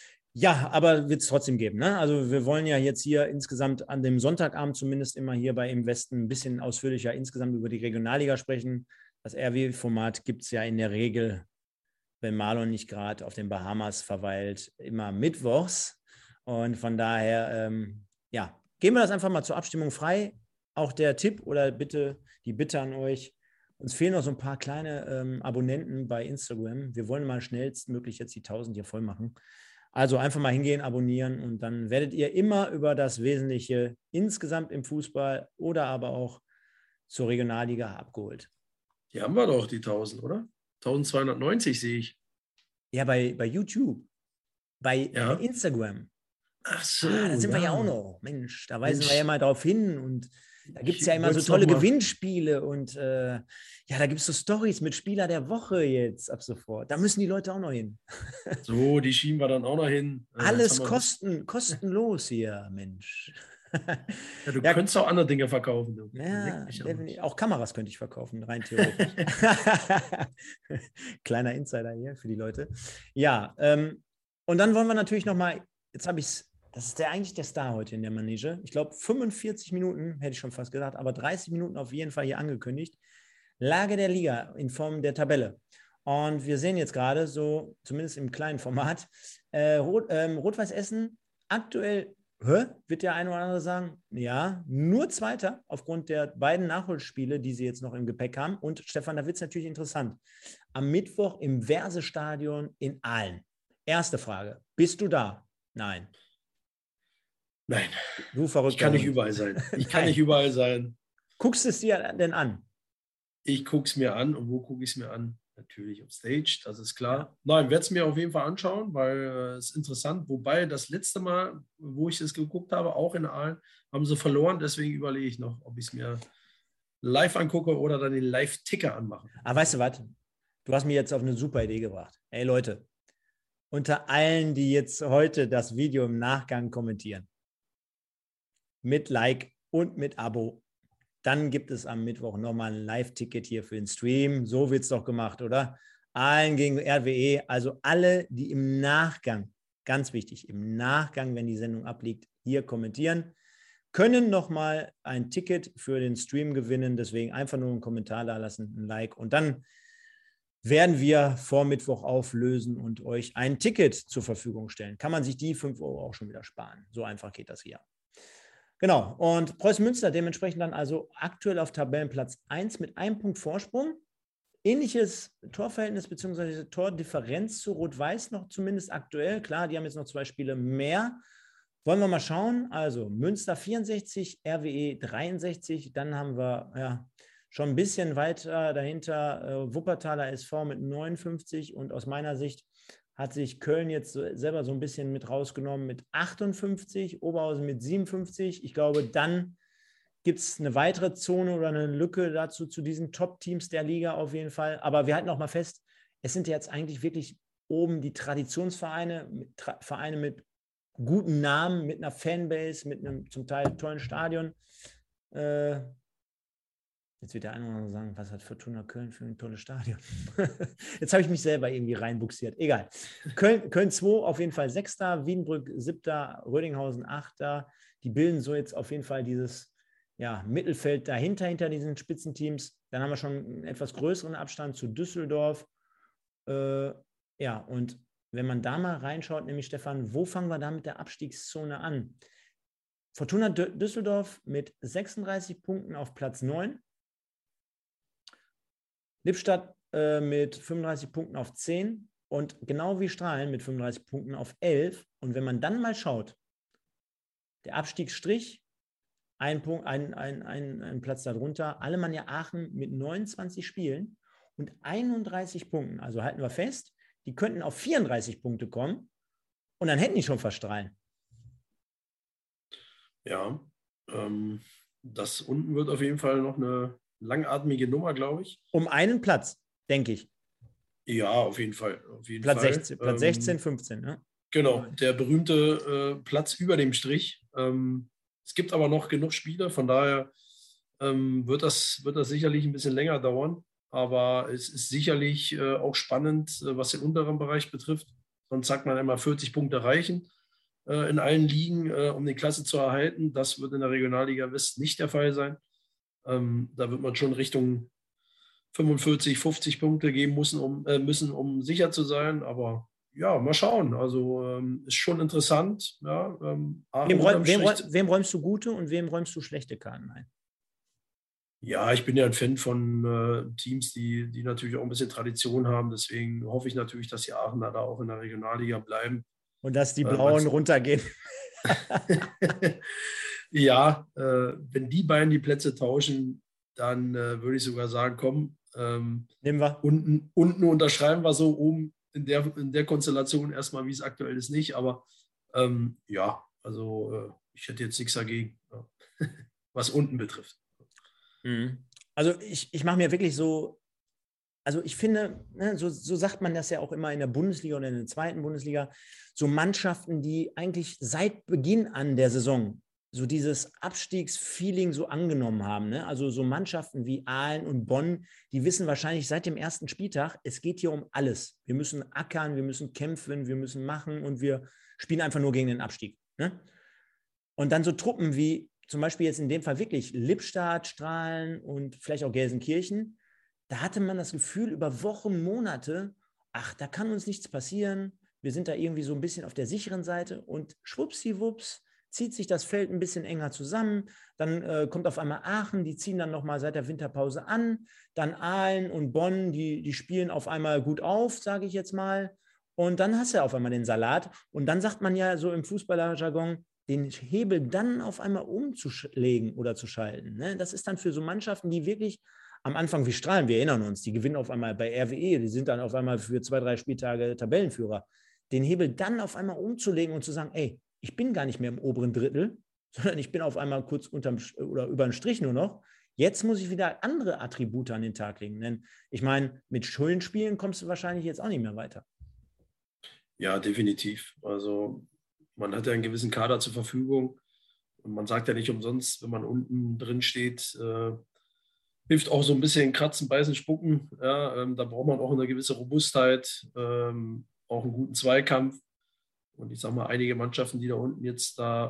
Ja, aber wird es trotzdem geben. Ne? Also wir wollen ja jetzt hier insgesamt an dem Sonntagabend zumindest immer hier bei Im Westen ein bisschen ausführlicher insgesamt über die Regionalliga sprechen. Das R W-Format gibt es ja in der Regel, wenn Marlon nicht gerade auf den Bahamas verweilt, immer mittwochs. Und von daher, ähm, ja, geben wir das einfach mal zur Abstimmung frei. Auch der Tipp oder bitte die Bitte an euch. Uns fehlen noch so ein paar kleine ähm, Abonnenten bei Instagram. Wir wollen mal schnellstmöglich jetzt die tausend hier voll machen. Also einfach mal hingehen, abonnieren und dann werdet ihr immer über das Wesentliche insgesamt im Fußball oder aber auch zur Regionalliga abgeholt. Die haben wir doch, die tausend, oder? eintausendzweihundertneunzig sehe ich. Ja, bei, bei YouTube, bei Ja. äh, Instagram. Ach so, Ah, da sind ja. wir ja auch noch. Mensch, da weisen Mensch, wir ja mal drauf hin und da gibt es ja immer so wollt's tolle noch mal- Gewinnspiele und äh, ja, da gibt es so Stories mit Spieler der Woche jetzt ab sofort. Da müssen die Leute auch noch hin. So, die schieben wir dann auch noch hin. Äh, jetzt Alles haben wir- kosten, kostenlos hier, Mensch. Ja, du Ja, könntest auch andere Dinge verkaufen. Du. ja, Leck mich am definitiv. Arsch. Auch Kameras könnte ich verkaufen, rein theoretisch. Kleiner Insider hier für die Leute. Ja, ähm, und dann wollen wir natürlich nochmal, jetzt habe ich es, das ist der, eigentlich der Star heute in der Manege. Ich glaube, fünfundvierzig Minuten, hätte ich schon fast gesagt, aber dreißig Minuten auf jeden Fall hier angekündigt. Lage der Liga in Form der Tabelle. Und wir sehen jetzt gerade so, zumindest im kleinen Format, äh, Rot, ähm, Rot-Weiß Essen aktuell, hä? Wird der eine oder andere sagen, ja, nur Zweiter aufgrund der beiden Nachholspiele, die sie jetzt noch im Gepäck haben. Und Stefan, da wird es natürlich interessant. Am Mittwoch im Verse-Stadion in Aalen. Erste Frage, bist du da? Nein. Nein, Du verrückter ich kann nicht Hund. überall sein. Ich kann Nein. nicht überall sein. Guckst es dir denn an? Ich gucke es mir an. Und wo gucke ich es mir an? Natürlich auf Stage, das ist klar. Ja. Nein, werde es mir auf jeden Fall anschauen, weil äh, es ist interessant. Wobei das letzte Mal, wo ich es geguckt habe, auch in Aalen, haben sie verloren. Deswegen überlege ich noch, ob ich es mir live angucke oder dann den Live-Ticker anmache. Aber weißt du was? Du hast mir jetzt auf eine super Idee gebracht. Ey Leute, unter allen, die jetzt heute das Video im Nachgang kommentieren, mit Like und mit Abo, dann gibt es am Mittwoch nochmal ein Live-Ticket hier für den Stream. So wird es doch gemacht, oder? Aalen gegen R W E, also alle, die im Nachgang, ganz wichtig, im Nachgang, wenn die Sendung abliegt, hier kommentieren, können nochmal ein Ticket für den Stream gewinnen. Deswegen einfach nur einen Kommentar da lassen, ein Like und dann werden wir vor Mittwoch auflösen und euch ein Ticket zur Verfügung stellen. Kann man sich die fünf Euro auch schon wieder sparen. So einfach geht das hier. Genau, und Preußen Münster dementsprechend dann also aktuell auf Tabellenplatz eins mit einem Punkt Vorsprung. Ähnliches Torverhältnis bzw. Tordifferenz zu Rot-Weiß noch zumindest aktuell. Klar, die haben jetzt noch zwei Spiele mehr. Wollen wir mal schauen. Also Münster vierundsechzig, R W E dreiundsechzig. Dann haben wir ja schon ein bisschen weiter dahinter äh, Wuppertaler S V mit neunundfünfzig. Und aus meiner Sicht hat sich Köln jetzt so, selber so ein bisschen mit rausgenommen mit achtundfünfzig, Oberhausen mit siebenundfünfzig. Ich glaube, dann gibt es eine weitere Zone oder eine Lücke dazu zu diesen Top-Teams der Liga auf jeden Fall. Aber wir halten auch mal fest, es sind jetzt eigentlich wirklich oben die Traditionsvereine, mit, Tra- Vereine mit guten Namen, mit einer Fanbase, mit einem zum Teil tollen Stadion. Äh, Jetzt wird der eine oder andere sagen, was hat Fortuna Köln für ein tolles Stadion? Jetzt habe ich mich selber irgendwie reinbuxiert. Egal. Köln, Köln zwei auf jeden Fall Sechster, Wiedenbrück Siebter, Rödinghausen Achter. Die bilden so jetzt auf jeden Fall dieses ja, Mittelfeld dahinter, hinter diesen Spitzenteams. Dann haben wir schon einen etwas größeren Abstand zu Düsseldorf. Äh, ja, und wenn man da mal reinschaut, nämlich Stefan, wo fangen wir da mit der Abstiegszone an? Fortuna Düsseldorf mit sechsunddreißig Punkten auf Platz neun. Lippstadt äh, mit fünfunddreißig Punkten auf zehn und genau wie Strahlen mit fünfunddreißig Punkten auf elf. Und wenn man dann mal schaut, der Abstiegsstrich, ein, Punkt, ein, ein, ein, ein Platz darunter, Alemannia Aachen mit neunundzwanzig Spielen und einunddreißig Punkten. Also halten wir fest, die könnten auf vierunddreißig Punkte kommen und dann hätten die schon fast Strahlen. Ja, ähm, das unten wird auf jeden Fall noch eine langatmige Nummer, glaube ich. Um einen Platz, denke ich. Ja, auf jeden Fall. Auf jeden Platz Fall. sechzehn, Platz sechzehn, fünfzehn, ne? Genau, der berühmte äh, Platz über dem Strich. Ähm, es gibt aber noch genug Spiele, von daher ähm, wird, das, wird das sicherlich ein bisschen länger dauern. Aber es ist sicherlich äh, auch spannend, äh, was den unteren Bereich betrifft. Sonst sagt man immer, vierzig Punkte reichen äh, in allen Ligen, äh, um die Klasse zu erhalten. Das wird in der Regionalliga West nicht der Fall sein. Ähm, da wird man schon Richtung fünfundvierzig, fünfzig Punkte geben müssen, um, äh, müssen, um sicher zu sein. Aber ja, mal schauen. Also ähm, ist schon interessant. Ja, ähm, wem, räum, wem, wem räumst du gute und wem räumst du schlechte Karten ein? Ja, ich bin ja ein Fan von äh, Teams, die, die natürlich auch ein bisschen Tradition haben. Deswegen hoffe ich natürlich, dass die Aachener da auch in der Regionalliga bleiben. Und dass die Blauen äh, runtergehen. Ja, äh, wenn die beiden die Plätze tauschen, dann äh, würde ich sogar sagen, komm, ähm, nehmen wir. Unten, unten unterschreiben wir so, oben in der, in der Konstellation erstmal, wie es aktuell ist, nicht. Aber ähm, ja, also äh, ich hätte jetzt nichts dagegen, ja. Was unten betrifft. Also ich, ich mache mir wirklich so, also ich finde, ne, so, so sagt man das ja auch immer in der Bundesliga oder in der zweiten Bundesliga, so Mannschaften, die eigentlich seit Beginn an der Saison so dieses Abstiegsfeeling so angenommen haben. Ne? Also so Mannschaften wie Aalen und Bonn, die wissen wahrscheinlich seit dem ersten Spieltag, es geht hier um alles. Wir müssen ackern, wir müssen kämpfen, wir müssen machen und wir spielen einfach nur gegen den Abstieg. Ne? Und dann so Truppen wie zum Beispiel jetzt in dem Fall wirklich Lippstadt, Strahlen und vielleicht auch Gelsenkirchen, da hatte man das Gefühl über Wochen, Monate, ach, da kann uns nichts passieren, wir sind da irgendwie so ein bisschen auf der sicheren Seite und schwuppsiwupps zieht sich das Feld ein bisschen enger zusammen, dann äh, kommt auf einmal Aachen, die ziehen dann nochmal seit der Winterpause an, dann Aalen und Bonn, die, die spielen auf einmal gut auf, sage ich jetzt mal, und dann hast du auf einmal den Salat und dann sagt man ja so im Fußballerjargon, den Hebel dann auf einmal umzulegen oder zu schalten. Ne? Das ist dann für so Mannschaften, die wirklich am Anfang wie Strahlen, wir erinnern uns, die gewinnen auf einmal bei R W E, die sind dann auf einmal für zwei, drei Spieltage Tabellenführer. Den Hebel dann auf einmal umzulegen und zu sagen, ey, ich bin gar nicht mehr im oberen Drittel, sondern ich bin auf einmal kurz unterm oder über den Strich nur noch. Jetzt muss ich wieder andere Attribute an den Tag legen. Denn ich meine, mit Schuldenspielen kommst du wahrscheinlich jetzt auch nicht mehr weiter. Ja, definitiv. Also man hat ja einen gewissen Kader zur Verfügung. Und man sagt ja nicht umsonst, wenn man unten drin steht, äh, hilft auch so ein bisschen Kratzen, Beißen, Spucken. Ja, ähm, da braucht man auch eine gewisse Robustheit, ähm, auch einen guten Zweikampf. Und ich sage mal, einige Mannschaften, die da unten jetzt da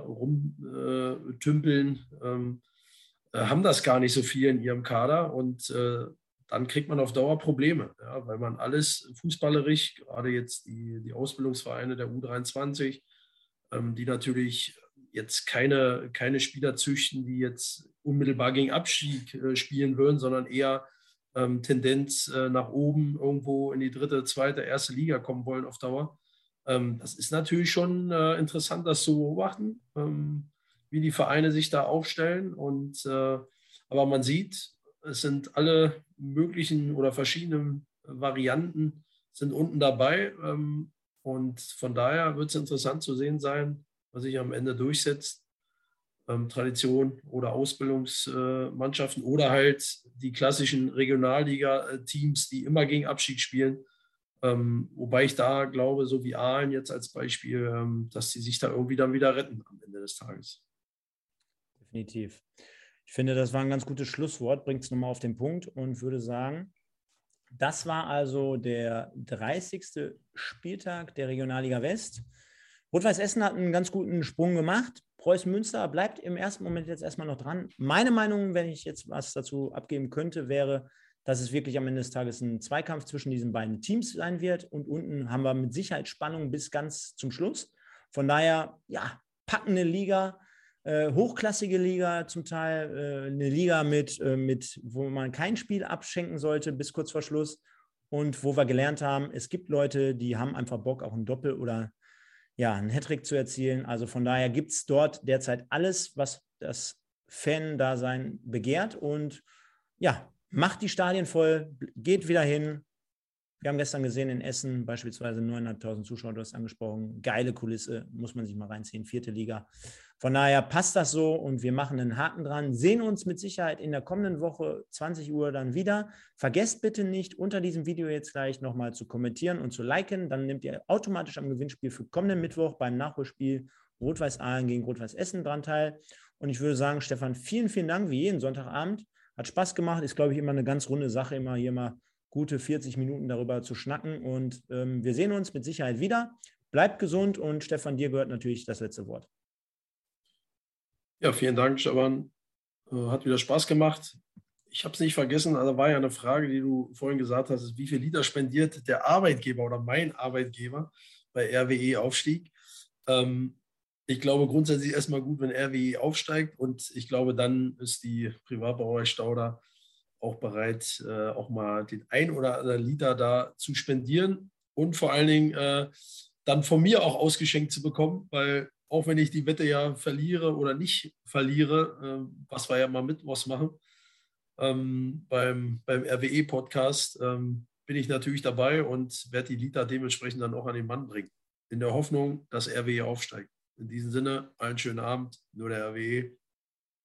rumtümpeln, äh, ähm, äh, haben das gar nicht so viel in ihrem Kader. Und äh, dann kriegt man auf Dauer Probleme, ja, weil man alles fußballerisch, gerade jetzt die, die Ausbildungsvereine der U dreiundzwanzig, ähm, die natürlich jetzt keine, keine Spieler züchten, die jetzt unmittelbar gegen Abstieg äh, spielen würden, sondern eher ähm, Tendenz äh, nach oben irgendwo in die dritte, zweite, erste Liga kommen wollen auf Dauer. Ähm, das ist natürlich schon äh, interessant, das zu beobachten, ähm, wie die Vereine sich da aufstellen. Und, äh, aber man sieht, es sind alle möglichen oder verschiedenen Varianten sind unten dabei. Ähm, und von daher wird es interessant zu sehen sein, was sich am Ende durchsetzt. Ähm, Tradition oder Ausbildungsmannschaften äh, oder halt die klassischen Regionalliga-Teams, die immer gegen Abstieg spielen. Ähm, wobei ich da glaube, so wie Aalen jetzt als Beispiel, ähm, dass die sich da irgendwie dann wieder retten am Ende des Tages. Definitiv. Ich finde, das war ein ganz gutes Schlusswort, bringt es nochmal auf den Punkt und würde sagen, das war also der dreißigste Spieltag der Regionalliga West. Rot-Weiß Essen hat einen ganz guten Sprung gemacht. Preußen Münster bleibt im ersten Moment jetzt erstmal noch dran. Meine Meinung, wenn ich jetzt was dazu abgeben könnte, wäre, dass es wirklich am Ende des Tages ein Zweikampf zwischen diesen beiden Teams sein wird. Und unten haben wir mit Sicherheit Spannung bis ganz zum Schluss. Von daher, ja, packende Liga. Äh, hochklassige Liga zum Teil, äh, eine Liga mit, äh, mit, wo man kein Spiel abschenken sollte bis kurz vor Schluss und wo wir gelernt haben, es gibt Leute, die haben einfach Bock, auch ein Doppel oder ja, einen Hattrick zu erzielen. Also von daher gibt es dort derzeit alles, was das Fan-Dasein begehrt und ja, macht die Stadien voll, geht wieder hin. Wir haben gestern gesehen in Essen beispielsweise neunhunderttausend Zuschauer, du hast angesprochen, geile Kulisse, muss man sich mal reinziehen, vierte Liga. Von daher passt das so und wir machen einen Haken dran, sehen uns mit Sicherheit in der kommenden Woche zwanzig Uhr dann wieder. Vergesst bitte nicht, unter diesem Video jetzt gleich nochmal zu kommentieren und zu liken, dann nehmt ihr automatisch am Gewinnspiel für kommenden Mittwoch beim Nachholspiel Rot-Weiß Aalen gegen Rot-Weiß Essen dran teil. Und ich würde sagen, Stefan, vielen, vielen Dank wie jeden Sonntagabend. Hat Spaß gemacht, ist, glaube ich, immer eine ganz runde Sache, immer hier mal gute vierzig Minuten darüber zu schnacken. Und ähm, wir sehen uns mit Sicherheit wieder. Bleibt gesund und Stefan, dir gehört natürlich das letzte Wort. Ja, vielen Dank, Stefan. Hat wieder Spaß gemacht. Ich habe es nicht vergessen, da war ja eine Frage, die du vorhin gesagt hast, wie viel Liter spendiert der Arbeitgeber oder mein Arbeitgeber bei R W E Aufstieg? Ähm, ich glaube grundsätzlich erstmal gut, wenn R W E aufsteigt und ich glaube, dann ist die Privatbrauerei Stauder auch bereit, äh, auch mal den ein oder anderen Liter da zu spendieren und vor allen Dingen äh, dann von mir auch ausgeschenkt zu bekommen, weil auch wenn ich die Wette ja verliere oder nicht verliere, äh, was wir ja mal mittwochs machen, ähm, beim, beim R W E-Podcast, ähm, bin ich natürlich dabei und werde die Liter dementsprechend dann auch an den Mann bringen. In der Hoffnung, dass R W E aufsteigt. In diesem Sinne, einen schönen Abend, nur der R W E.